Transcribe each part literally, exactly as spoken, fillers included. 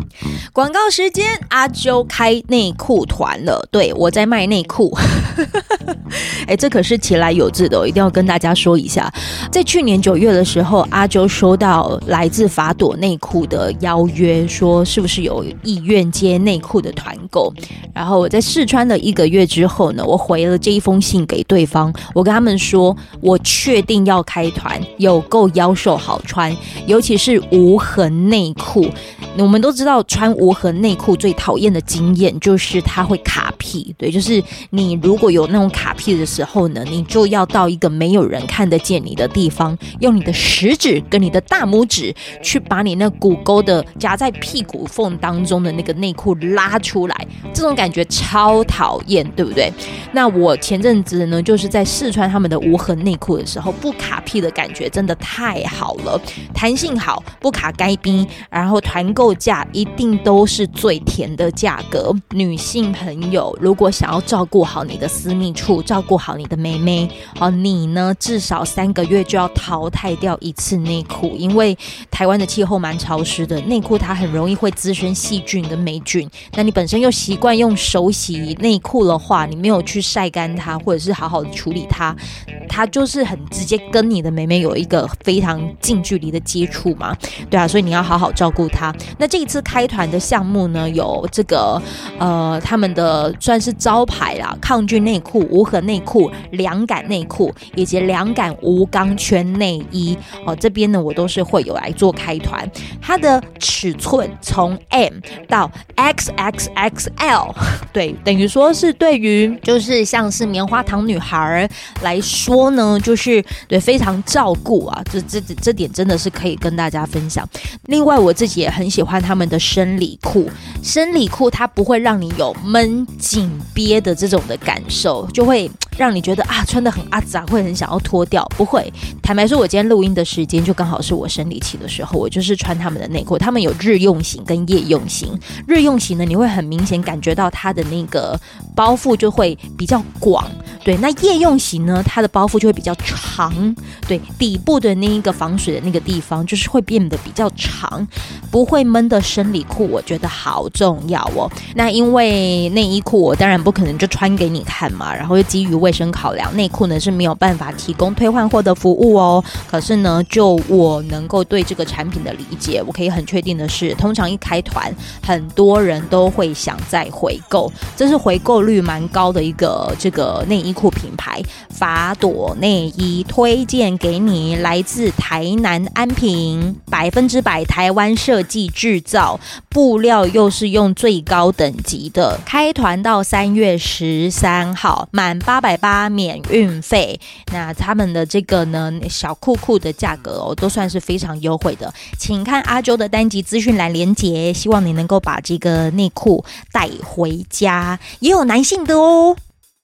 广告时间，阿啾开内裤团了。对，我在卖内裤。哎，这可是其来有自的、哦，一定要跟大家说一下。在去年九月的时候，阿啾收到来自法朵内裤的邀约，说是不是有意愿接内裤的团购。然后我在试穿了一个月之后呢，我回了这一封信给对方，我跟他们说，我确定要开团，有够腰瘦好穿，尤其是无痕内裤。我们都知道穿无痕内裤最讨厌的经验就是它会卡屁，对，就是你如果有那种卡屁的时候呢，你就要到一个没有人看得见你的地方，用你的食指跟你的大拇指去把你那骨沟的夹在屁股缝当中的那个内裤拉出来，这种感觉超讨厌，对不对？那我前阵子呢，就是在试穿他们的无痕内裤的时候，不卡屁的感觉真的太好了，弹性好，不卡该冰，然后团购价一定都是最甜的价格。女性朋友如果想要照顾好你的私密处，照顾好你的妹妹，好，你呢至少三个月就要淘汰掉一次内裤，因为台湾的气候蛮潮湿的，内裤它很容易会滋生细菌跟霉菌。那你本身又习惯用手洗内裤的话，你没有去晒干它，或者是好好的处理它，它就是很直接跟你的妹妹有一个非常近距离的接触嘛，对啊，所以你要好好照顾它。那这一次开团的项目呢，有这个呃他们的算是招牌啦，抗菌内裤、无痕内裤、凉感内裤以及凉感无钢圈内衣哦，这边呢我都是会有来做开团。它的尺寸从 M 到 X X X L， 对，等于说是对于就是像是棉花糖女孩来说呢，就是对非常照顾啊，这这这点真的是可以跟大家分享。另外我自己也很喜欢他们的生理裤，生理裤它不会让你有闷紧憋的这种的感受，就会让你觉得啊穿得很阿杂，会很想要脱掉，不会。坦白说，我今天录音的时间就刚好是我生理期的时候，我就是穿他们的内裤，他们有日用型跟夜用型。日用型呢，你会很明显感觉到它的那个包覆就会比较广，对。那夜用型呢，它的包覆就会比较长，对，底部的那一个防水的那个地方就是会变得比较长，不会闷的生理裤，我觉得好重要哦。那因为内衣裤我当然不可能就穿给你看嘛，然后又基于卫生考量，内裤呢是没有办法提供退换货的服务哦。可是呢，就我能够对这个产品的理解，我可以很确定的是，通常一开团，很多人都会想再回购，这是回购率蛮高的一个这个内衣裤品牌。法朵内衣推荐给你，来自台南安平，百分之百台湾设计制造，布料又是用最高等级的。开团到三月十三号，满八百八免运费。那他们的这个呢小裤裤的价格哦，都算是非常优惠的，请看阿啾的单集资讯栏连结，希望你能够把这个内裤带回家，也有男性的哦。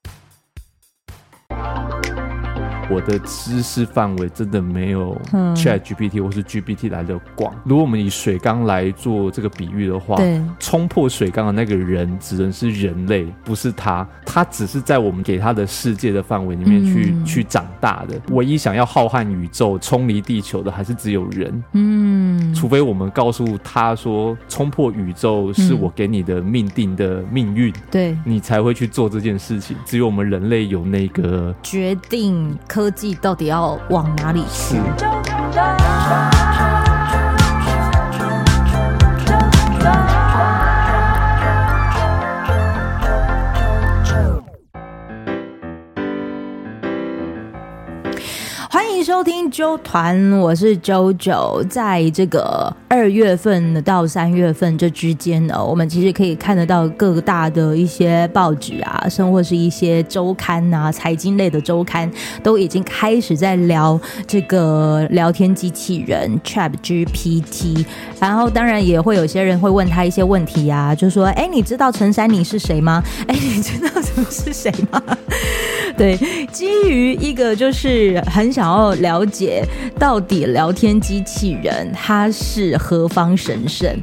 我的知识范围真的没有 ChatGPT 或是 G P T 来的广。如果我们以水缸来做这个比喻的话，冲破水缸的那个人只能是人类，不是他，他只是在我们给他的世界的范围里面去、嗯、去长大的。唯一想要浩瀚宇宙冲离地球的还是只有人，嗯，除非我们告诉他说冲破宇宙是我给你的命定的命运，对、嗯，你才会去做这件事情。只有我们人类有那个决定科技到底要往哪里去。欢迎收听啾团，我是啾啾。在这个二月份到三月份这之间呢，我们其实可以看得到各大的一些报纸啊，甚或是一些周刊啊，财经类的周刊都已经开始在聊这个聊天机器人 ChatGPT， 然后当然也会有些人会问他一些问题啊，就说哎，你知道陈珊妮是谁吗？哎，你知道什么是谁吗？对，基于一个就是很想要了解到底聊天机器人它是何方神圣，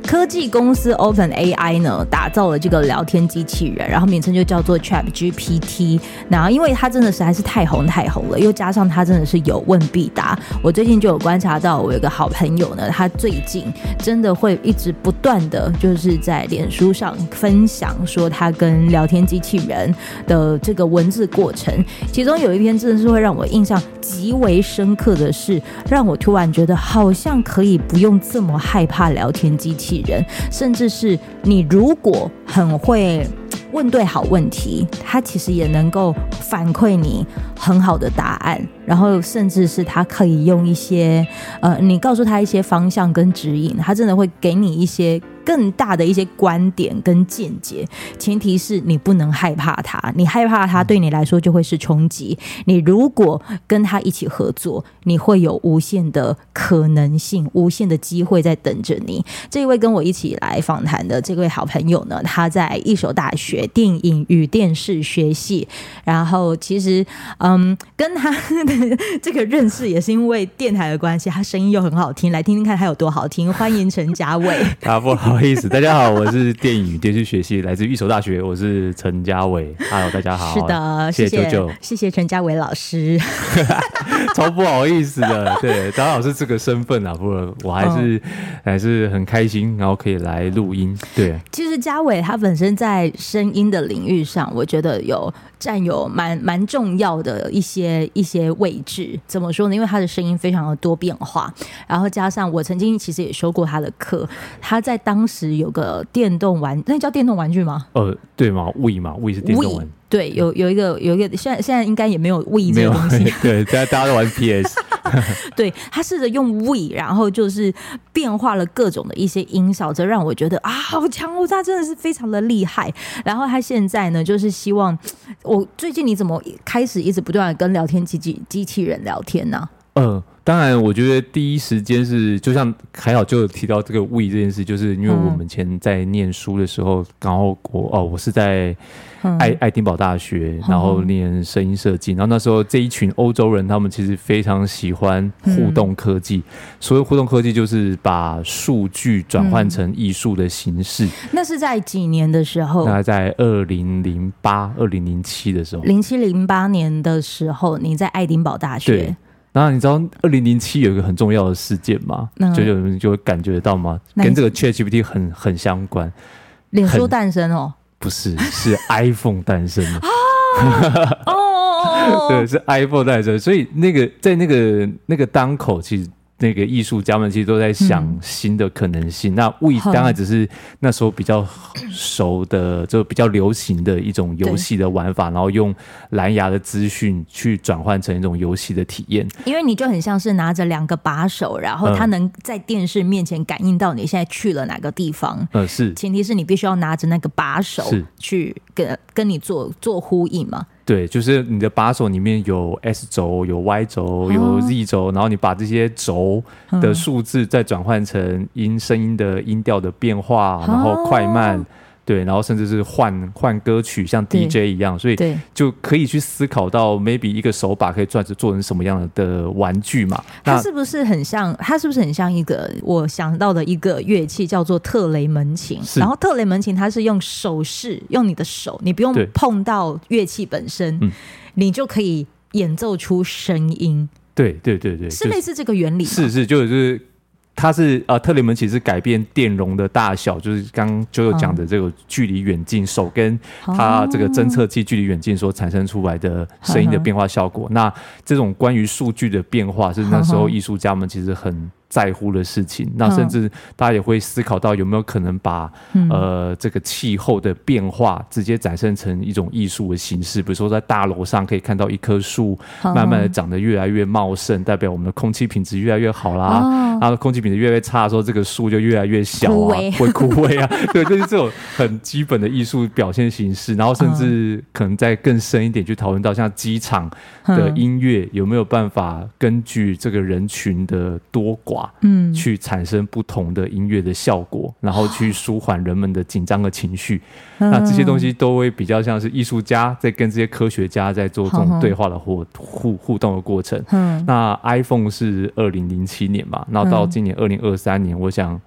科技公司 OpenAI 呢打造了这个聊天机器人，然后名称就叫做 ChatGPT。然后因为它真的实在是太红太红了，又加上它真的是有问必答，我最近就有观察到，我有个好朋友呢，他最近真的会一直不断的就是在脸书上分享说他跟聊天机器人的这个文字过程，其中有一篇真的是会让我印象极为深刻的是，让我突然觉得好像可以不用这么害怕聊天机器人，甚至是你如果很会问对好问题，它其实也能够反馈你很好的答案，然后甚至是它可以用一些呃，你告诉他一些方向跟指引，它真的会给你一些更大的一些观点跟见解，前提是你不能害怕它，你害怕它对你来说就会是冲击，你如果跟他一起合作，你会有无限的可能性，无限的机会在等着你。这一位跟我一起来访谈的这位好朋友呢，他在一所大学电影与电视学系，然后其实嗯，跟他的这个认识也是因为电台的关系，他声音又很好听，来听听看他有多好听。欢迎陈家伟。 啊，不好意思，大家好，我是电影与电视学系，来自一所大学，我是陈家伟。Hello， 大家好。 是的，谢谢舅舅， 谢谢陈家伟老师。 超不好意思的，对，张老师这个身份啊，不过我还是、哦、还是很开心，然后可以来录音。对， 其实家伟他本身在声音的领域上，我觉得有占有蛮蛮重要的一些一些位置。怎么说呢？因为他的声音非常的多变化，然后加上我曾经其实也修过他的课，他在当时有个电动玩，那叫电动玩具吗？ 呃，对嘛 ，Wii 嘛 ，Wii 是电动玩具。 对，有有一个有一个，现在现在应该也没有 Wii 这个东西。 对，大家都玩 P S。 对，他试着用 Wii， 然后就是变化了各种的一些音效，这让我觉得啊，好强哦，他真的是非常的厉害。然后他现在呢，就是希望我最近你怎么开始一直不断的跟聊天机器机器人聊天呢、啊？ 呃，当然，我觉得第一时间是，就像还好就有提到这个 Wii 这件事，就是因为我们以前在念书的时候，然后我哦，我是在爱爱丁堡大学，然后念声音设计，然后那时候这一群欧洲人，他们其实非常喜欢互动科技。嗯、所谓互动科技，就是把数据转换成艺术的形式、嗯。 那是在几年的时候？ 那在二零零八、二零零七的时候。 零七零八年的时候，你在爱丁堡大学。 对。然后你知道二零零七有一个很重要的事件吗？嗯、就有人就会感觉得到吗？跟这个 ChatGPT 很很相关。 脸书诞生哦？ 不是，是 iPhone 诞生的。 哦哦， 对，是 iPhone 诞生，所以那个在那个那个当口，其实那个艺术家们其实都在想新的可能性。嗯、那 Wii 当然只是那时候比较熟的，就比较流行的一种游戏的玩法，然后用蓝牙的资讯去转换成一种游戏的体验。 因为你就很像是拿着两个把手，然后它能在电视面前感应到你现在去了哪个地方。 呃，是， 前提是你必须要拿着那个把手去跟跟你做做呼应嘛。 对，就是你的把手里面有 S 轴、有 Y 轴、有 Z 轴，然后你把这些轴的数字再转换成音声音的音调的变化，然后快慢。对，然后甚至是换换歌曲，像 D J 一样，所以就可以去思考到 maybe 一个手把可以做做成什么样的玩具嘛？ 它是不是很像？它是不是很像一个我想到的一个乐器，叫做特雷门琴？然后特雷门琴它是用手势，用你的手，你不用碰到乐器本身，嗯、你就可以演奏出声音。 对对对对， 是类似这个原理吗？ 是是，就是。它是呃，特雷门琴是改变电容的大小，就是刚刚就有讲的这个距离远近，手跟它这个侦测器距离远近所产生出来的声音的变化效果。那这种关于数据的变化，是那时候艺术家们其实很在乎的事情。那甚至大家也会思考到有没有可能把、嗯、呃这个气候的变化直接展现成一种艺术的形式，比如说在大楼上可以看到一棵树慢慢的长得越来越茂盛，代表我们的空气品质越来越好啦。哦、然后空气品质越来越差的时候，这个树就越来越小啊，会枯萎啊。对，就是这种很基本的艺术表现形式。然后甚至可能再更深一点去讨论到像机场的音乐有没有办法根据这个人群的多寡嗯，去产生不同的音乐的效果，然后去舒缓人们的紧张的情绪。嗯、那这些东西都会比较像是艺术家在跟这些科学家在做这种对话的互互互动的过程。嗯、那 iPhone 是二零零七年嘛，然后到今年二零二三年，我想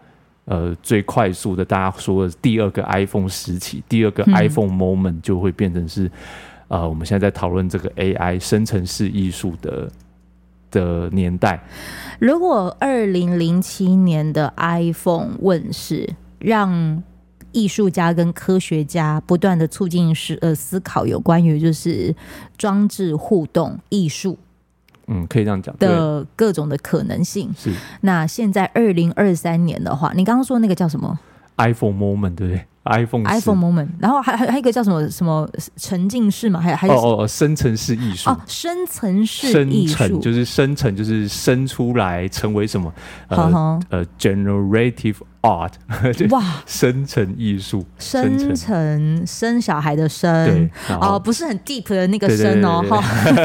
呃最快速的，大家说的第二个 iPhone 时期，第二个 iPhone moment 就会变成是、嗯、呃我们现在在讨论这个 A I 生成式艺术的的年代。 如果二零零七年的 iPhone 问世，让艺术家跟科学家不断的促进呃思考有关于就是装置互动艺术， 嗯，可以这样讲的各种的可能性。 是。 那现在二零二三年的话，你刚刚说那个叫什么 ？iPhone moment 对不对 ？iPhone iPhone moment， 然后还还还有一个叫什么什么沉浸式嘛？还还有哦哦，生成式艺术哦，深层式艺术， 生成就是生成就是生出来成为什么？呃呵呵呃 ，generative art， 哇，生成艺术， 生成生小孩的生，哦，不是很 deep 的那个生哦，哈，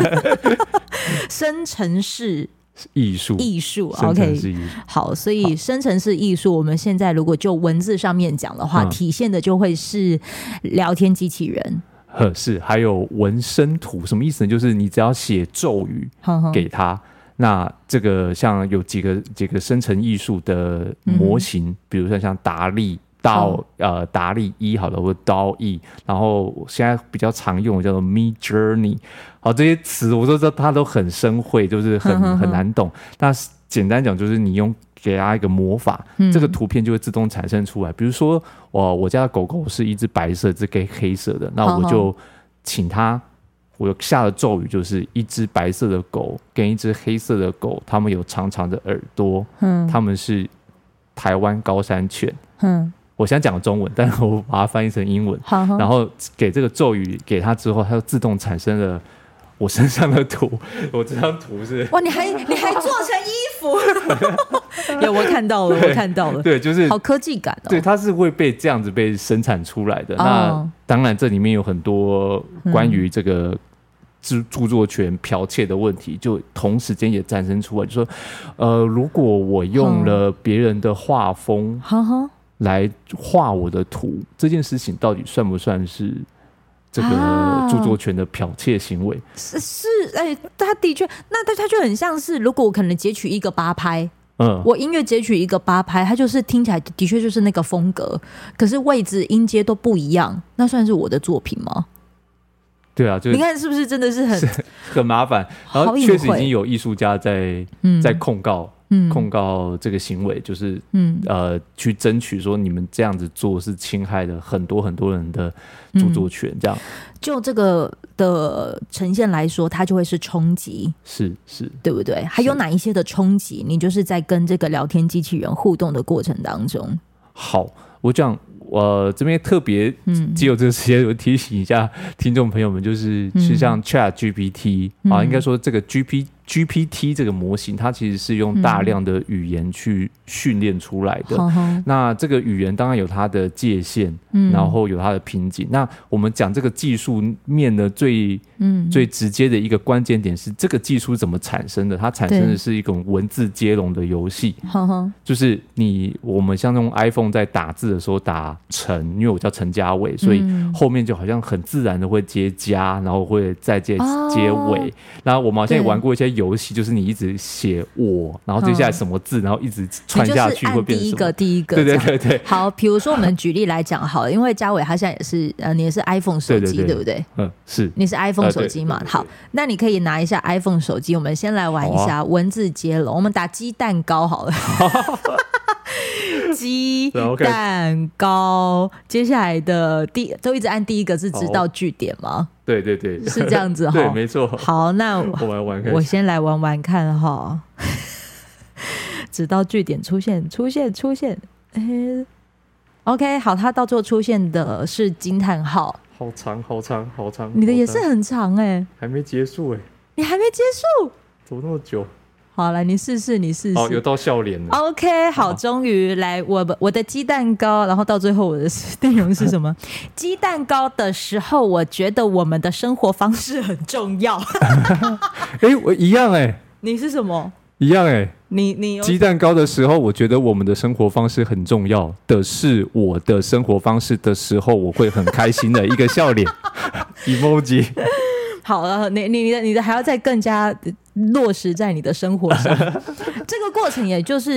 生成式。 艺术， 艺术 ，OK， 好，所以生成式艺术，我们现在如果就文字上面讲的话，嗯、体现的就会是聊天机器人， 呵，是，还有纹身图，什么意思呢？就是你只要写咒语给他，呵呵那这个像有几个几个生成艺术的模型，嗯、比如说像达利。到、哦、呃达利一好了，或者刀 E， 然后现在比较常用的叫做 Mid Journey， 好，这些词我都知道它都很生晦，就是很呵呵很难懂。那简单讲就是你用给它一个魔法、嗯，这个图片就会自动产生出来。比如说我我家的狗狗是一只白色，一只黑色的，那我就请它，我下的咒语就是一只白色的狗跟一只黑色的狗，它们有长长的耳朵，嗯，它们是台湾高山犬，嗯。我现在讲中文，但是我把它翻译成英文，好好然后给这个咒语给它之后，它就自动产生了我身上的图。我这张图是哇，你还你还做成衣服？有，我看到了，我看到了， 对，就是好科技感哦。 对，它是会被这样子被生产出来的。哦、那当然，这里面有很多关于这个著著作权剽窃的问题，就同时间也产生出来，就说，呃，如果我用了别人的画风，哈哈。来画我的图，这件事情到底算不算是这个著作权的剽窃行为？ 啊、是是，哎、欸，他的确，那他就很像是，如果我可能截取一个八拍，嗯，我音乐截取一个八拍，它就是听起来的确就是那个风格，可是位置音阶都不一样，那算是我的作品吗？ 对啊，就你看是不是真的是很是很麻烦？然后确实已经有艺术家在、嗯、在控告。嗯、控告这个行为，就是、嗯、呃，去争取说你们这样子做是侵害了很多很多人的著作权，这样、嗯。 就这个的呈现来说，它就会是冲击， 是是， 对不对？还有哪一些的冲击？你就是在跟这个聊天机器人互动的过程当中。 好，我讲。我这边特别藉由这个时间，我提醒一下听众朋友们，就是是像 Chat G P T、嗯、啊，应该说这个 G P G P T 这个模型，它其实是用大量的语言去训练出来的、嗯。那这个语言当然有它的界限，嗯、然后有它的瓶颈。那我们讲这个技术面的最、嗯、最直接的一个关键点是，这个技术怎么产生的？它产生的是一种文字接龙的游戏，就是你我们像用 iPhone 在打字的时候打陈，因为我叫陈家伟，所以后面就好像很自然的会接加，然后会再接、哦、接尾。然后我们好像也玩过一些游戏，就是你一直写我，然后接下来什么字，然后一直串下去会变成什么？ 第一个，第一个， 对对对对。 好，比如说我们举例来讲好了，因为家伟他现在也是呃，你也是 iPhone 手机， 对, 对, 对, 对不对？ 嗯，是。 你是 iPhone 手机嘛、呃？好，那你可以拿一下 iPhone 手机，我们先来玩一下文字接龙，啊、我们打鸡蛋糕好了。鸡蛋糕，接下来的第都一直按第一个字，直到句点吗？ 对对对， 是这样子哈。 对，没错。 好，那我玩玩看， 我先来玩玩看哈。直到句点出现，出现，出现。欸、OK， 好，它到最后出现的是惊叹号。 好长，好长，好长。 你的也是很长哎、欸， 还没结束哎、欸。 你还没结束？ 怎么那么久？ 好，来你试试，你试试。 哦，有到笑脸了。 OK， 好，终于来我我的鸡蛋糕，然后到最后我的内容是什么？鸡蛋糕的时候，我觉得我们的生活方式很重要。 哎、欸，我一样哎、欸。 你是什么？ 一样哎、欸。 你你鸡蛋糕的时候，我觉得我们的生活方式很重要的是我的生活方式的时候，我会很开心的一个笑脸 emoji。 好了，你你的你的还要再更加落实在你的生活上。这个过程也就是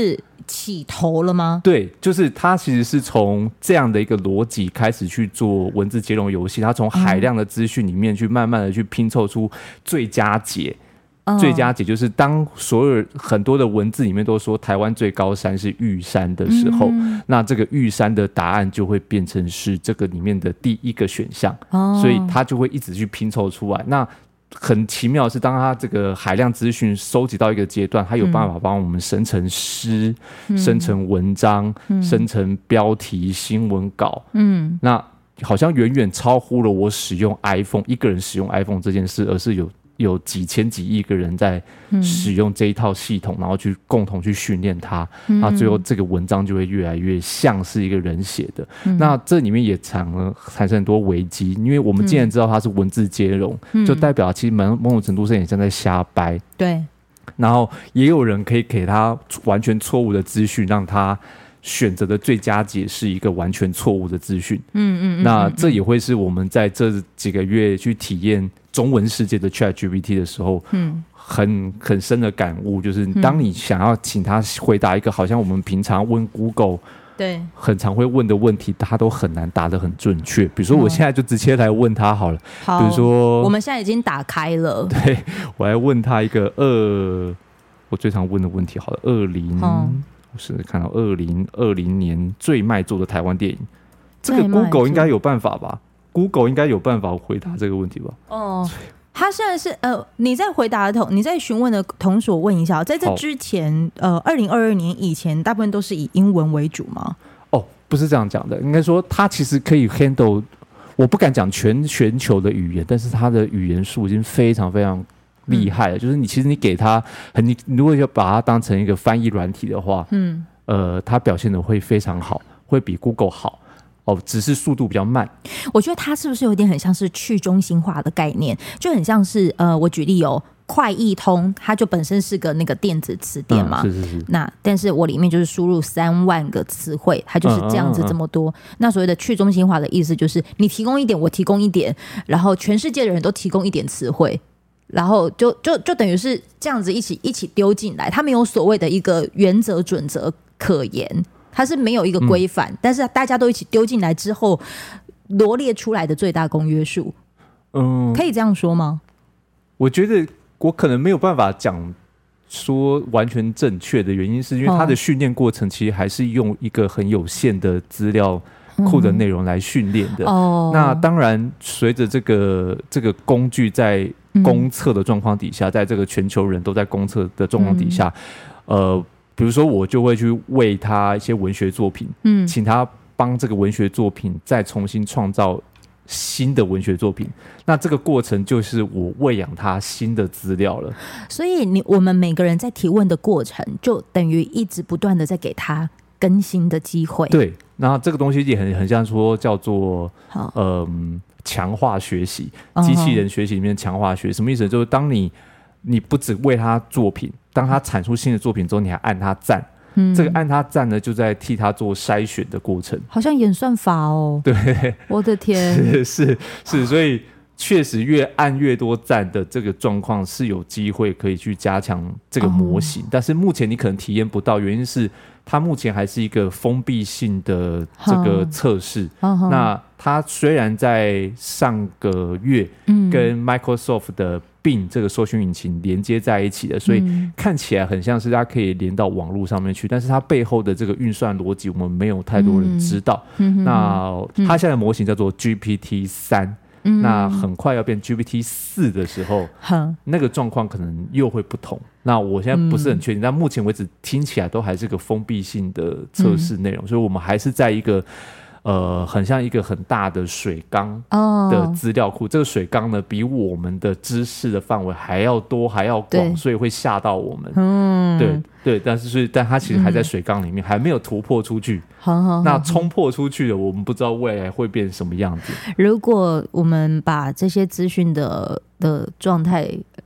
起头了吗？ 对，就是它其实是从这样的一个逻辑开始去做文字接龙游戏，它从海量的资讯里面去慢慢的去拼凑出最佳解。嗯、最佳解就是当所有很多的文字里面都说台湾最高山是玉山的时候、嗯、那这个玉山的答案就会变成是这个里面的第一个选项、哦、所以它就会一直去拼凑出来。那很奇妙的是，当它这个海量资讯收集到一个阶段，它有办法帮我们生成诗、嗯、生成文章、嗯、生成标题、新闻稿。嗯，那好像远远超乎了我使用 iPhone 一个人使用 iPhone 这件事，而是有有几千几亿个人在使用这一套系统、嗯、然后去共同去训练它、嗯、那最后这个文章就会越来越像是一个人写的、嗯、那这里面也产了产生很多危机，因为我们既然知道它是文字接龙、嗯、就代表其实某种程度上也像在瞎掰。 对， 然后也有人可以给他完全错误的资讯，让他选择的最佳解是一个完全错误的资讯。嗯 嗯, 嗯那这也会是我们在这几个月去体验中文世界的 ChatGPT 的时候，嗯，很很深的感悟，就是当你想要请他回答一个好像我们平常问 Google 对很常会问的问题，他都很难答得很准确。比如说我现在就直接来问他好了， 好， 比如说我们现在已经打开了， 对，我来问他一个二我最常问的问题好了，二零我是看到二零二零年最卖座的台湾电影，这个 Google 应该有办法吧？Google 应该有办法回答这个问题吧？ 哦，他现在是呃，你在回答的同，你在询问的同时，我问一下，在这之前，呃，二零二二年以前，大部分都是以英文为主吗？ 哦，不是这样讲的，应该说他其实可以 handle， 我不敢讲全全球的语言，但是他的语言数已经非常非常厉害了。嗯、就是你其实你给他，你如果要把它当成一个翻译软体的话，嗯，呃，他表现的会非常好，会比 Google 好。哦，只是速度比较慢。 我觉得它是不是有点很像是去中心化的概念，就很像是呃，我举例有快易通，它就本身是个那个电子词典嘛， 嗯、是是是。 那但是我里面就是输入三万个词汇，它就是这样子这么多。嗯嗯嗯、那所谓的去中心化的意思就是你提供一点，我提供一点，然后全世界的人都提供一点词汇。然后就就就等于是这样子一起一起丢进来，它没有所谓的一个原则准则可言。它是没有一个规范、嗯，但是大家都一起丢进来之后，罗列出来的最大公约数，嗯，可以这样说吗？ 我觉得我可能没有办法讲说完全正确的原因，是因为它的训练过程其实还是用一个很有限的资料库的内容来训练的。哦、嗯，那当然，随着这个这个工具在公测的状况底下，嗯、在这个全球人都在公测的状况底下，嗯、呃。比如说我就会去喂他一些文学作品，嗯，请他帮这个文学作品再重新创造新的文学作品，那这个过程就是我喂养他新的资料了。 所以你我们每个人在提问的过程就等于一直不断的在给他更新的机会。 对，然后这个东西也很很像说叫做嗯强化学习，机器人学习里面强化学习什么意思？就是当你你不只喂他作品，当他产出新的作品之后，你还按他赞，嗯、这个按他赞呢，就在替他做筛选的过程， 好像演算法哦。 对， 我的天， 是是是，所以确实越按越多赞的这个状况是有机会可以去加强这个模型，哦、但是目前你可能体验不到，原因是它目前还是一个封闭性的这个测试。哦、那它虽然在上个月跟 Microsoft 的Bing 这个搜寻引擎连接在一起的，所以看起来很像是它可以连到网络上面去，但是它背后的这个运算逻辑我们没有太多人知道。嗯、那它现在的模型叫做 G P T 三、嗯、那很快要变 G P T 四的时候、嗯、那个状况可能又会不同。那我现在不是很确定、嗯、但目前为止听起来都还是个封闭性的测试内容、嗯、所以我们还是在一个呃，很像一个很大的水缸的资料库、oh. 这个水缸呢比我们的知识的范围还要多还要广，所以会吓到我们。嗯，对对，但是所以但它其实还在水缸里面、嗯、还没有突破出去。好好好，那冲破出去了，我们不知道未来会变什么样子。 如果我们把这些资讯的的状态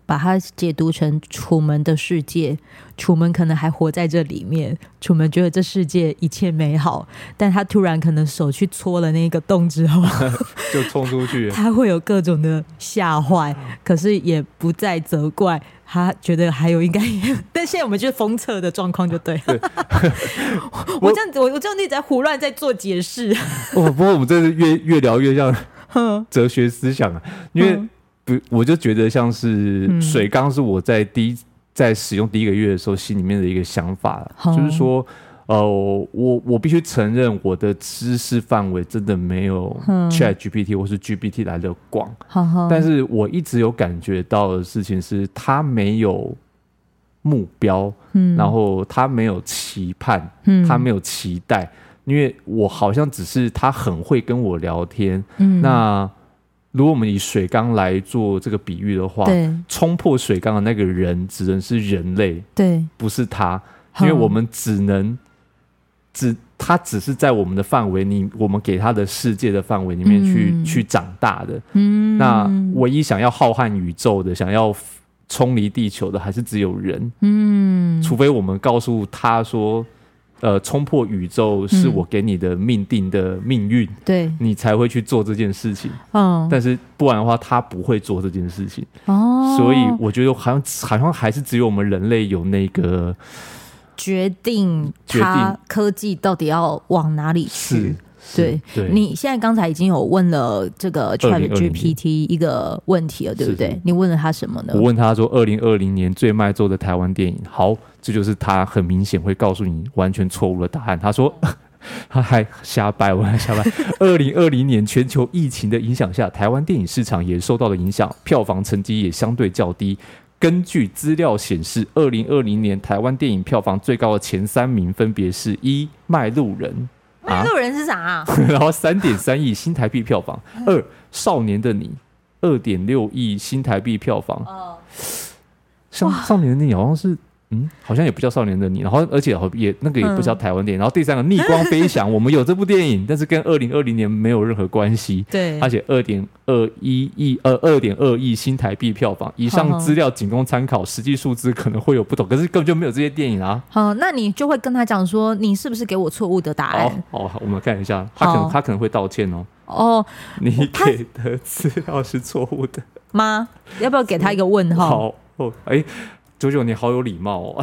把它解读成楚门的世界，楚门可能还活在这里面，楚门觉得这世界一切美好，但他突然可能手去戳了那个洞之后就冲出去，他会有各种的吓坏，可是也不再责怪，他觉得还有应该但现在我们就是封测的状况就对了对我这样子我这样一直在胡乱在做解释不过我们这是越越聊越像哲学思想啊，因为不我就觉得像是水缸是我在第一在使用第一个月的时候心里面的一个想法，就是说呃，我我必须承认我的知识范围真的没有 ChatGPT 或是 G P T 来的广，但是我一直有感觉到的事情是它没有目标，嗯、然后它没有期盼，嗯、它没有期待，因为我好像只是它很会跟我聊天，嗯、那如果我们以水缸来做这个比喻的话，冲破水缸的那个人只能是人类，对，不是他，因为我们只能只他只是在我们的范围，你我们给他的世界的范围里面去、嗯、去长大的。嗯，那唯一想要浩瀚宇宙的，想要冲离地球的，还是只有人。嗯，除非我们告诉他说。呃，冲破宇宙是我给你的命定的命运，对、嗯，你才会去做这件事情。嗯，但是不然的话，他不会做这件事情。哦，所以我觉得好像好像还是只有我们人类有那个决定，它科技到底要往哪里去。对，对，你现在刚才已经有问了这个 ChatGPT 一个问题了，对不对？你问了他什么呢？ 我问他说二零二零年最卖座的台湾电影，好，这就是他很明显会告诉你完全错误的答案。他说他还瞎掰，我还瞎掰。二零二零年全球疫情的影响下，台湾电影市场也受到了影响，票房成绩也相对较低。根据资料显示，二零二零年台湾电影票房最高的前三名分别是一卖路人。 卖路人是啥、啊？ 然后三点三亿新台币票房，二少年的你二点六亿新台币票房。哦，像少年的你好像是嗯，好像也不叫少年的你，然后而且也那个也不叫台湾电影。嗯、然后第三个逆光飞翔，我们有这部电影，但是跟二零二零年没有任何关系。对，而且二点二一亿呃二点二亿新台币票房，以上资料仅供参考，实际数字可能会有不同，可是根本就没有这些电影啊。 好，那你就会跟他讲说，你是不是给我错误的答案？ 好，好，我们看一下，他可能他可能会道歉哦。哦，你给的资料是错误的吗？要不要给他一个问号？ 好，哦，哎。九九，你好有礼貌哦！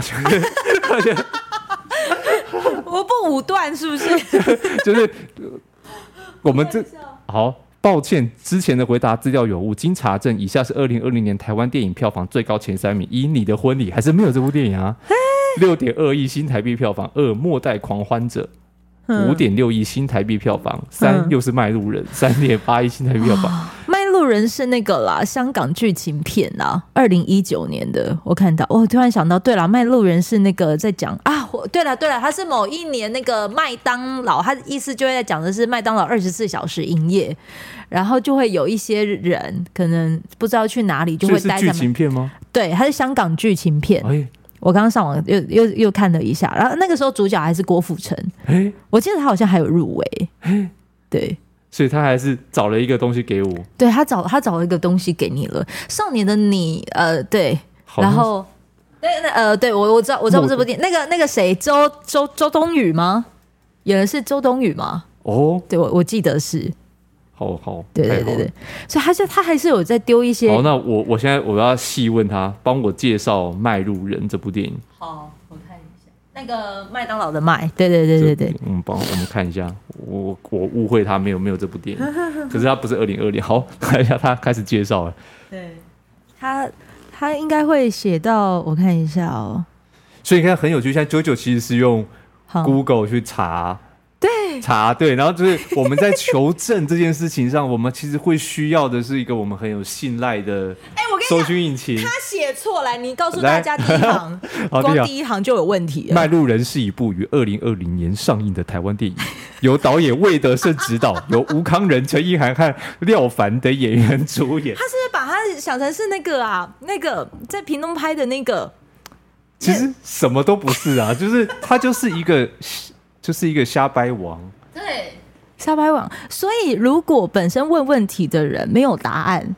我不武断是不是？ 就是我们这好，抱歉，之前的回答资料有误，经查证，以下是二零二零年台湾电影票房最高前三名：一，你的婚礼，还是没有这部电影啊？六点二亿新台币票房；二，末代狂欢者，五点六亿新台币票房；三、嗯，又是卖路人，三点八亿新台币票房。 卖路人是那个啦，香港剧情片啦，二零一九年的，我看到，我突然想到，对啦，卖路人是那个在讲啊，对了对了，他是某一年那个麦当劳，他的意思就会在讲的是麦当劳二十四小时营业，然后就会有一些人可能不知道去哪里，就会待在。 所以是剧情片吗？ 对，它是香港剧情片。哎，我刚刚上网又又又看了一下，然后那个时候主角还是郭富城，哎，我记得他好像还有入围，哎，对。 所以他还是找了一个东西给我， 对他找他找了一个东西给你了。少年的你，呃，对，然后，那那呃，对我我知道我知道这部电影，那个那个谁，周周周冬雨吗？演的是周冬雨吗？哦，对我我记得是， 好好， 对对对对，所以他就他还是有在丢一些。 好，那我我现在我要细问他，帮我介绍《卖路人》这部电影。 好。那个麦当劳的麦，对对对对对， 嗯，帮我们看一下，我我误会他没有没有这部电影，可是他不是二零二零，好，看一下他开始介绍了， 对，他他应该会写到，我看一下哦， 所以你看很有趣，现在九九其实是用 Google 去查。 对， 查对，然后就是我们在求证这件事情上，我们其实会需要的是一个我们很有信赖的搜寻引擎。 他写错了，你告诉大家第一行，光第一行就有问题了。 卖路人是一部于二零二零年上映的台湾电影，由导演魏德胜执导，由吴康仁、陈意涵和廖凡等演员主演。 他是不是把他想成是那个啊，那个在屏东拍的那个？ 其实什么都不是啊，就是他就是一个。就是一个瞎掰王， 对，瞎掰王。所以如果本身问问题的人没有答案，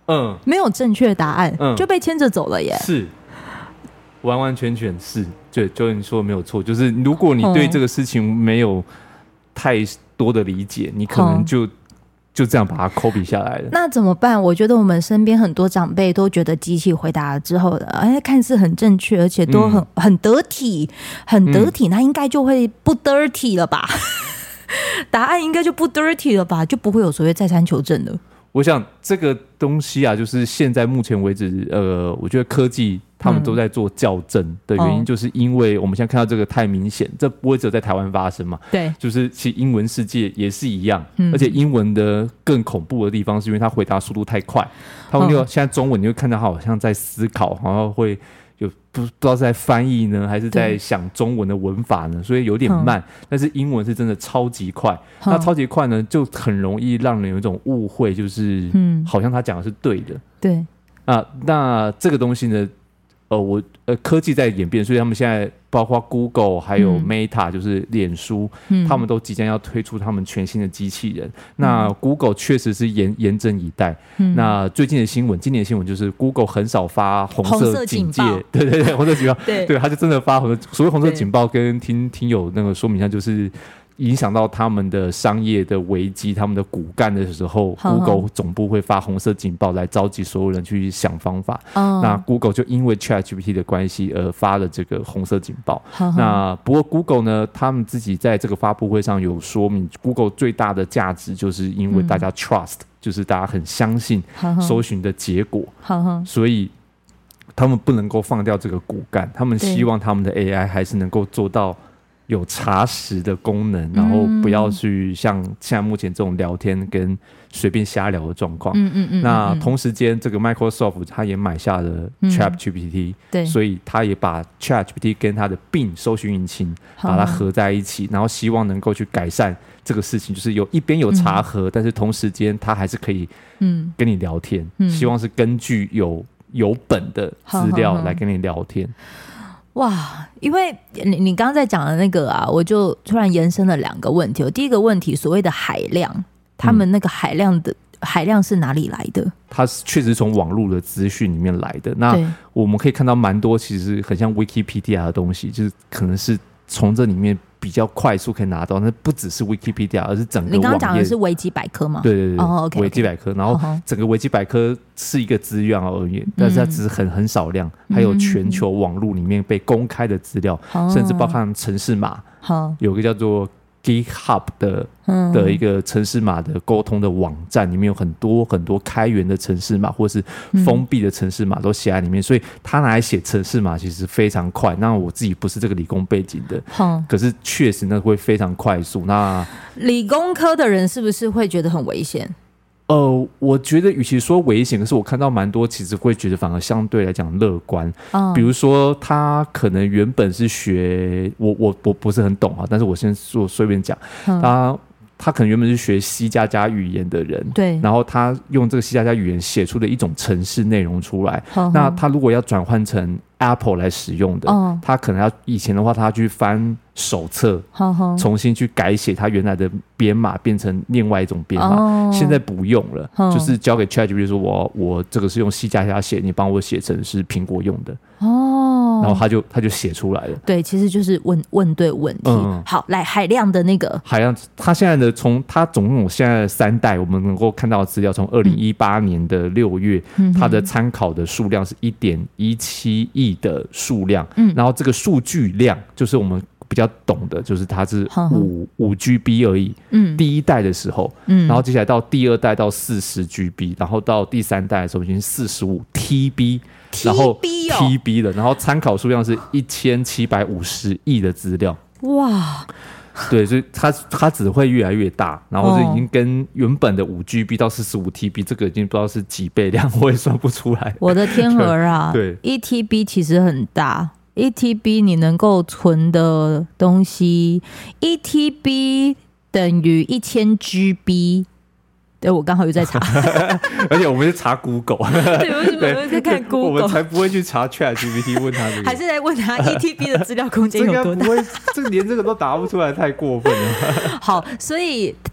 嗯，没有正确答案，嗯，就被牵着走了耶。 是，完完全全是，对，就你说的没有错，就是如果你对这个事情没有太多的理解，你可能就。就这样把它 copy 下来了。 那怎么办？我觉得我们身边很多长辈都觉得机器回答了之后，哎，看似很正确，而且都很、嗯、很得体，很得体，嗯、那应该就会不 dirty 了吧？答案应该就不 dirty 了吧？就不会有所谓再三求证了。 我想这个东西啊，就是现在目前为止，呃，我觉得科技他们都在做校正的原因，就是因为我们现在看到这个太明显，这不会只有在台湾发生嘛？ 对， 就是其实英文世界也是一样，嗯、而且英文的更恐怖的地方是因为它回答速度太快，他们就、嗯、现在中文你会看到他好像在思考，然后会。有不不知道是在翻译呢，还是在想中文的文法呢？所以有点慢，嗯、但是英文是真的超级快。嗯、那超级快呢，就很容易让人有一种误会，就是嗯，好像他讲的是对的。 对啊，那这个东西呢，呃，我呃科技在演变，所以他们现在包括 Google 还有 Meta，、嗯、就是脸书、嗯，他们都即将要推出他们全新的机器人。嗯、那 Google 确实是严严阵以待。嗯、那最近的新闻，今年的新闻就是 Google 很少发红色警戒，对对对，红色警报，对对，他就真的发红色。所谓红色警报，跟听听友那个说明一下，就是。影响到他们的商业的危机，他们的骨干的时候， Google 总部会发红色警报来召集所有人去想方法。哦、那 Google 就因为 ChatGPT 的关系而发了这个红色警报。哦、那不过 Google 呢，他们自己在这个发布会上有说明 ，Google 最大的价值就是因为大家 trust，、嗯、就是大家很相信搜寻的结果，哦、所以他们不能够放掉这个骨干，他们希望他们的 A I 还是能够做到。有查实的功能，然后不要去像现在目前这种聊天跟随便瞎聊的状况。嗯嗯嗯。那同时间，这个 Microsoft 他也买下了 ChatGPT，、嗯、对，所以他也把 ChatGPT 跟他的 Bing 搜寻引擎把它合在一起，然后希望能够去改善这个事情，就是有一边有查核，嗯、但是同时间他还是可以嗯跟你聊天，嗯、希望是根据有有本的资料来跟你聊天。 哇，因为你你刚刚在讲的那个啊，我就突然延伸了两个问题。第一个问题，所谓的海量，他们那个海量的、嗯、海量是哪里来的？ 它确实从网络的资讯里面来的。那我们可以看到蛮多其实很像 Wikipedia 的东西，就是可能是从这里面比较快速可以拿到，那不只是 Wikipedia， 而是整个网页。 你刚刚讲的是维基百科吗？ 对对对， 哦 OK， 维基百科，然后整个维基百科是一个资源而已，嗯、但是它只是很很少量，还有全球网络里面被公开的资料，嗯、甚至包含程式码，嗯、有个叫做 GitHub 的、嗯、的一个程式码的沟通的网站，里面有很多很多开源的程式码或是封闭的程式码都写在里面，嗯、所以他拿来写程式码其实非常快。那我自己不是这个理工背景的，嗯、可是确实那会非常快速。那理工科的人是不是会觉得很危险？ 呃，我觉得与其说危险，可是我看到蛮多其实会觉得反而相对来讲乐观。哦、比如说他可能原本是学我我我不是很懂啊，但是我先说随便讲，嗯、他他可能原本是学 C 加加语言的人， 对， 然后他用这个 C 加加语言写出了一种程式内容出来，嗯、那他如果要转换成 Apple 来使用的，哦、他可能要以前的话，他要去翻手册，哦、重新去改写他原来的编码，变成另外一种编码。哦、现在不用了，哦、就是交给 ChatGPT 说我我这个是用 C 加加写，你帮我写成是苹果用的。哦，然后他就他就写出来了。 对，其实就是问问对问题。嗯、好，来海量的那个海量，他现在的从他总共有现在的三代，我们能够看到的资料，从二零一八年的六月，嗯、他的参考的数量是一点一七亿的数量。嗯，然后这个数据量就是我们比较懂的，就是它是五五 G B 而已。嗯，第一代的时候，嗯，然后接下来到第二代到四十 G B， 然后到第三代的时候已经四十五 T B。然后 T B 了，然后参考数量是一千七百五十亿的资料。哇，对，所以它它只会越来越大，然后就已经跟原本的五 G B 到四十五 T B 这个已经不知道是几倍量，我也算不出来。 我的天儿啊！对，一 T B 其实很大，一 T B 你能够存的东西，一 T B 等于一千 G B。对，我刚好又在查， 而且我们是查 Google， 对，为什么我们在看 Google？ 我们才不会去查 ChatGPT 问他这个， 还是在问他 一 T B 的资料空间有多大？ 这个不会，这个连这个都答不出来，太过分了。 好，所以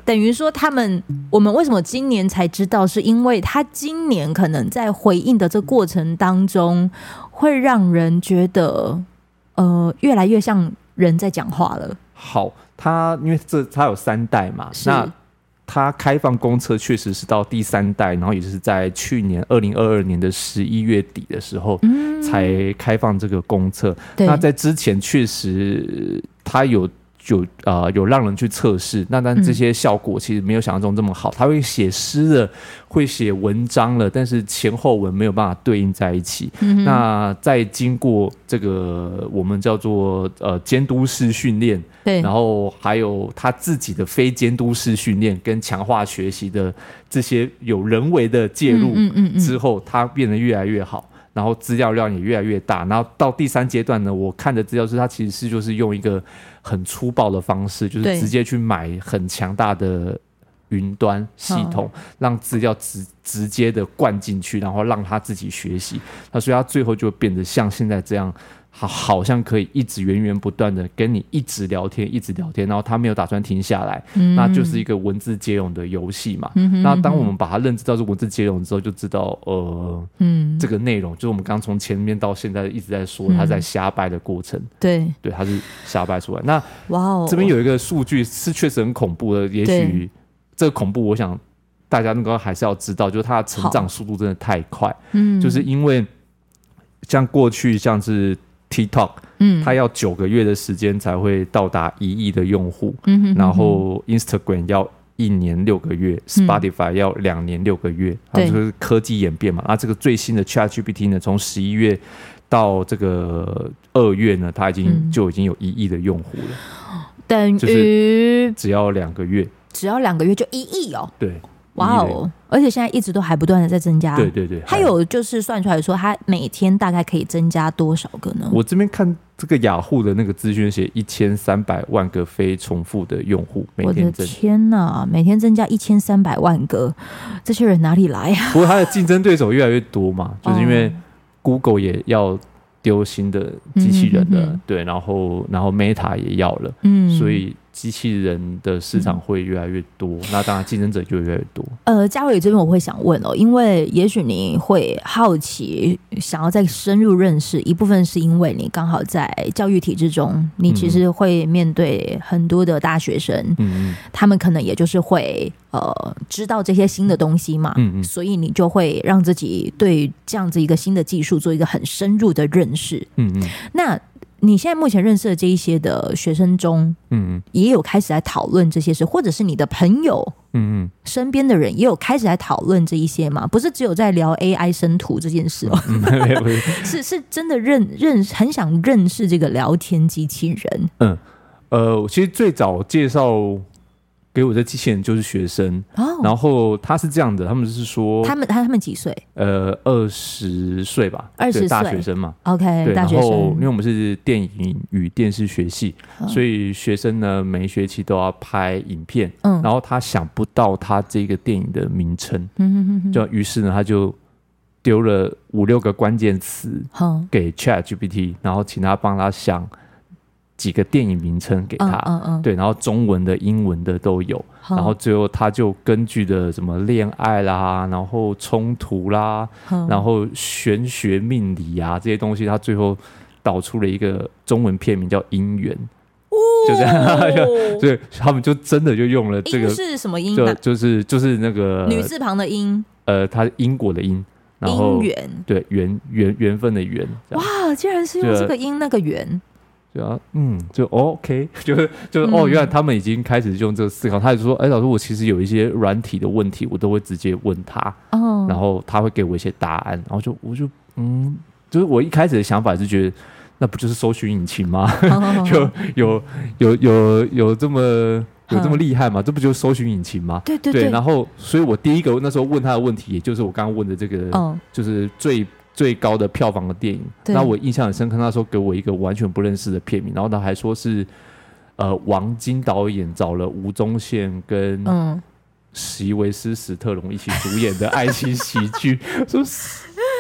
等于说他们，我们为什么今年才知道，是因为他今年可能在回应的这个过程当中会让人觉得呃越来越像人在讲话了。 好，他因为这他有三代嘛，那他开放公测确实是到第三代，然后也是在去年二零二二年的十一月底的时候、嗯、才开放这个公测。那在之前确实他有有呃有让人去测试，那但这些效果其实没有想象中这么好。他会写诗了，会写文章了，但是前后文没有办法对应在一起。嗯、那在经过这个我们叫做呃监督式训练，对，然后还有他自己的非监督式训练跟强化学习的这些有人为的介入之后，他变得越来越好。然后资料量也越来越大，然后到第三阶段呢，我看的资料是它其实是就是用一个很粗暴的方式，就是直接去买很强大的云端系统，让资料直直接的灌进去，然后让他自己学习。那所以他最后就变得像现在这样，好好像可以一直源源不断的跟你一直聊天，一直聊天，然后他没有打算停下来，嗯、那就是一个文字接龙的游戏嘛。嗯、那当我们把它认知到是文字接龙之后，就知道呃，嗯，这个内容就是我们刚从前面到现在一直在说他在瞎掰的过程。对对，他是瞎掰出来。那哇哦，这边有一个数据是确实很恐怖的，也许这个恐怖，我想大家那个还是要知道，就是它的成长速度真的太快。嗯，就是因为像过去像是TikTok， 嗯，它要九个月的时间才会到达一亿的用户，嗯哼哼哼，然后 Instagram 要一年六个月，嗯、Spotify 要两年六个月，它就是科技演变嘛。那这个最新的 ChatGPT 呢，从十一月到这个二月呢，它已经、嗯、就已经有一亿的用户了， 等于、 就是只要两个月， 只要两个月就一亿哦， 对。 哇哦！而且现在一直都还不断的在增加。 对对对， 它有就是算出来说，它每天大概可以增加多少个呢？ 我这边看这个雅虎的那个资讯写一千三百万个非重复的用户每天增。 我的天哪！每天增加一千三百万个，这些人哪里来啊？ 不过它的竞争对手越来越多嘛，就是因为 Google 也要丢新的机器人了，嗯、哼哼对，然后然后 Meta 也要了，嗯，所以机器人的市场会越来越多，嗯、那当然竞争者就越来越多。 呃，嘉伟这边我会想问哦，因为也许你会好奇，想要再深入认识，一部分是因为你刚好在教育体制中，你其实会面对很多的大学生，嗯，他们可能也就是会呃知道这些新的东西嘛，嗯嗯，所以你就会让自己对这样子一个新的技术做一个很深入的认识，嗯嗯，那。你现在目前认识的这一些的学生中，嗯，也有开始来讨论这些事，或者是你的朋友，嗯嗯，身边的人也有开始来讨论这一些吗？不是只有在聊 A I 生图这件事哦，嗯、是是真的认认很想认识这个聊天机器人。嗯， 呃，其实最早介绍给我的机器人就是学生，哦、然后他是这样的，他们是说他们他们几岁？ 呃，二十岁吧， 二十岁大学生嘛。 OK， 对， 大学生。 然后因为我们是电影与电视学系，哦、所以学生呢每一学期都要拍影片，嗯，然后他想不到他这个电影的名称，嗯哼哼哼，就于是呢他就丢了五六个关键词给 ChatGPT， 然后请他帮他想几个电影名称给他，嗯嗯嗯，对，然后中文的、英文的都有，嗯、然后最后他就根据的什么恋爱啦，然后冲突啦，嗯、然后玄学命理啊这些东西，他最后导出了一个中文片名叫《姻缘》，哦，就这样，所以他们就真的就用了这个， 是什么姻？ 就就是就是那个女字旁的姻， 呃，它因果的因。然后姻缘， 对，缘缘缘分的缘， 哇，竟然是用这个因那个缘。 对啊，嗯，就、哦、OK， 就是就是、嗯、哦，原来他们已经开始用这个思考。他就说，哎，老师，我其实有一些软体的问题，我都会直接问他，哦，然后他会给我一些答案，然后就我就嗯，就是我一开始的想法是觉得，那不就是搜寻引擎吗？哦、就有有有有这么有这么厉害吗？这不就是搜寻引擎吗？ 对对 对, 对。 然后，所以我第一个那时候问他的问题，也就是我刚刚问的这个，哦、就是最。最高的票房的电影，那我印象很深刻。那时候给我一个完全不认识的片名，然后他还说是呃王晶导演找了吴宗宪跟史维斯史特龙一起主演的爱情喜剧，说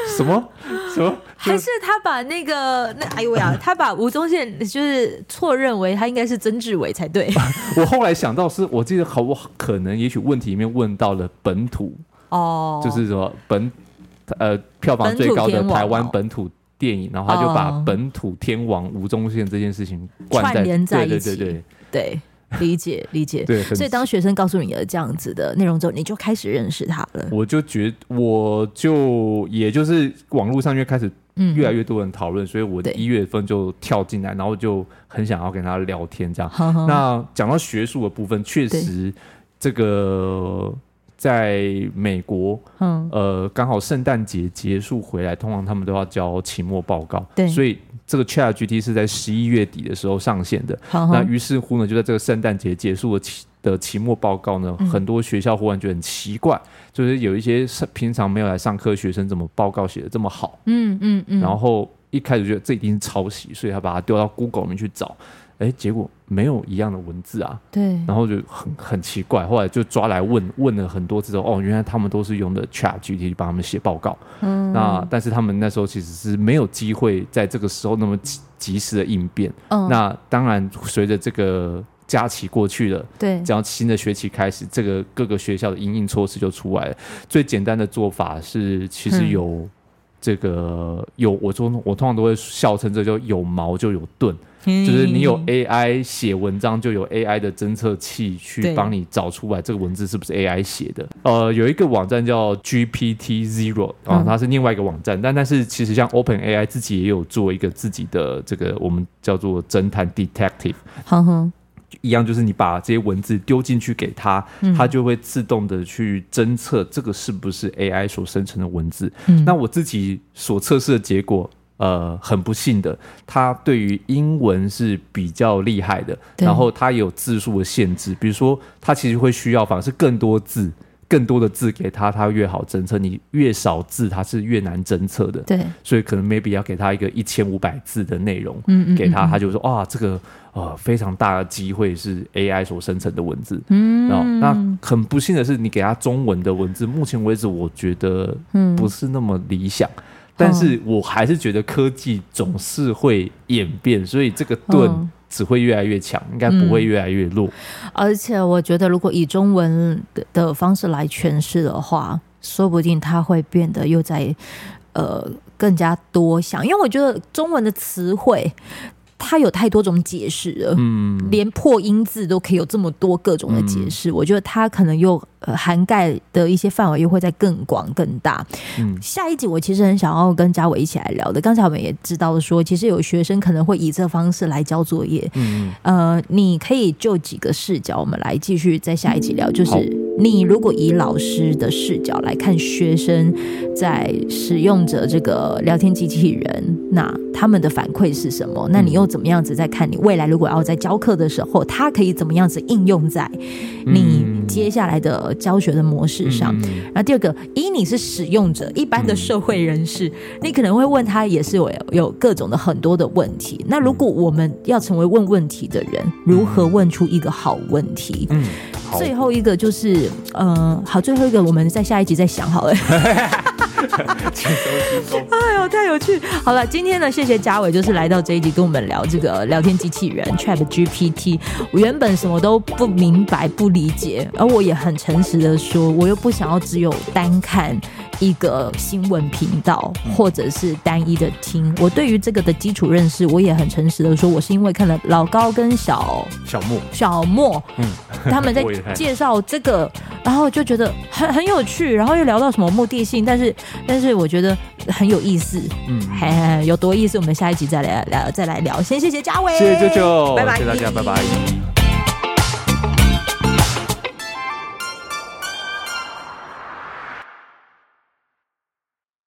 什么什么？ 还是他把那个那哎呦呀，他把吴宗宪就是错认为他应该是曾志伟才对。 我后来想到是，我记得好，我可能也许问题里面问到了本土哦，就是说本呃票房最高的台湾本土电影，然后他就把本土天王吴宗宪这件事情灌在串联在一起，对对对对对。理解理解， 对， 所以当学生告诉你的这样子的内容之后，你就开始认识他了。 我就觉得，我就也就是网络上就开始越来越多人讨论、嗯，所以我一月份就跳进来，然后就很想要跟他聊天这样。呵呵那讲到学术的部分，确实这个在美国，嗯呃，刚好圣诞节结束回来，通常他们都要交期末报告，对，所以。这个 ChatGPT 是在十一月底的时候上线的，好好那于是乎呢，就在这个圣诞节结束的期的期末报告呢、嗯，很多学校忽然觉得很奇怪，就是有一些平常没有来上课的学生怎么报告写得这么好，嗯嗯嗯，然后一开始觉得这一定是抄袭，所以他把它丢到 Google 里面去找，哎，结果没有一样的文字啊，对，然后就很很奇怪，后来就抓来问问了很多次之后，哦，原来他们都是用的 ChatGPT 帮他们写报告，嗯，那但是他们那时候其实是没有机会在这个时候那么及时的应变，嗯，那当然随着这个假期过去了，对，只要新的学期开始，这个各个学校的因应措施就出来了。最简单的做法是，其实有、嗯、这个有，我说我通常都会笑称这就有毛就有盾。就是你有 A I 写文章，就有 A I 的侦测器去帮你找出来这个文字是不是 A I 写的。呃，有一个网站叫 G P T Zero 啊、哦，它是另外一个网站，但但是其实像 OpenAI 自己也有做一个自己的这个我们叫做侦探 Detective， 呵呵一样就是你把这些文字丢进去给它，它就会自动的去侦测这个是不是 A I 所生成的文字。嗯、那我自己所测试的结果。呃，很不幸的，它对于英文是比较厉害的，然后它也有字数的限制，比如说它其实会需要反而是更多字，更多的字给它，它越好侦测；你越少字，它是越难侦测的。对，所以可能 maybe 要给它一个一千五百字的内容，嗯嗯嗯给它，它就说哇，这个呃非常大的机会是 A I 所生成的文字。嗯，然后那很不幸的是，你给它中文的文字，目前为止我觉得不是那么理想。嗯但是我还是觉得科技总是会演变，所以这个盾只会越来越强，应该不会越来越弱。 嗯、而且我觉得，如果以中文 的, 的方式来诠释的话，说不定它会变得又在呃更加多项，因为我觉得中文的词汇。它有太多种解释了，嗯，连破音字都可以有这么多各种的解释。嗯、我觉得它可能又、呃、涵盖的一些范围又会再更广更大。嗯，下一集我其实很想要跟嘉伟一起来聊的。刚才我们也知道说，其实有学生可能会以这方式来交作业。嗯，呃，你可以就几个视角，我们来继续在下一集聊，就是你如果以老师的视角来看学生在使用着这个聊天机器人，那他们的反馈是什么？那你又怎么样子在看你未来如果要在教课的时候，它可以怎么样子应用在你接下来的教学的模式上？嗯、然后第二个，以你是使用者，一般的社会人士，嗯、你可能会问他也是有有各种的很多的问题。那如果我们要成为问问题的人，如何问出一个好问题？嗯，最后一个就是，呃，好，最后一个我们在下一集再想好了。轻松轻松，哎呦，太有趣！好了，今天呢，谢谢嘉伟，就是来到这一集跟我们聊这个聊天机器人 ChatGPT。我原本什么都不明白、不理解，而我也很诚实的说，我又不想要只有单看一个新闻频道，或者是单一的听。我对于这个的基础认识，我也很诚实的说，我是因为看了老高跟小小莫小莫，嗯，他们在介绍这个，然后就觉得很很有趣，然后又聊到什么目的性，但是。但是我觉得很有意思，嗯，嘿嘿有多意思，我们下一集再来聊，再来聊。先谢谢嘉伟， 谢谢舅舅， 拜拜， 谢谢大家，拜拜。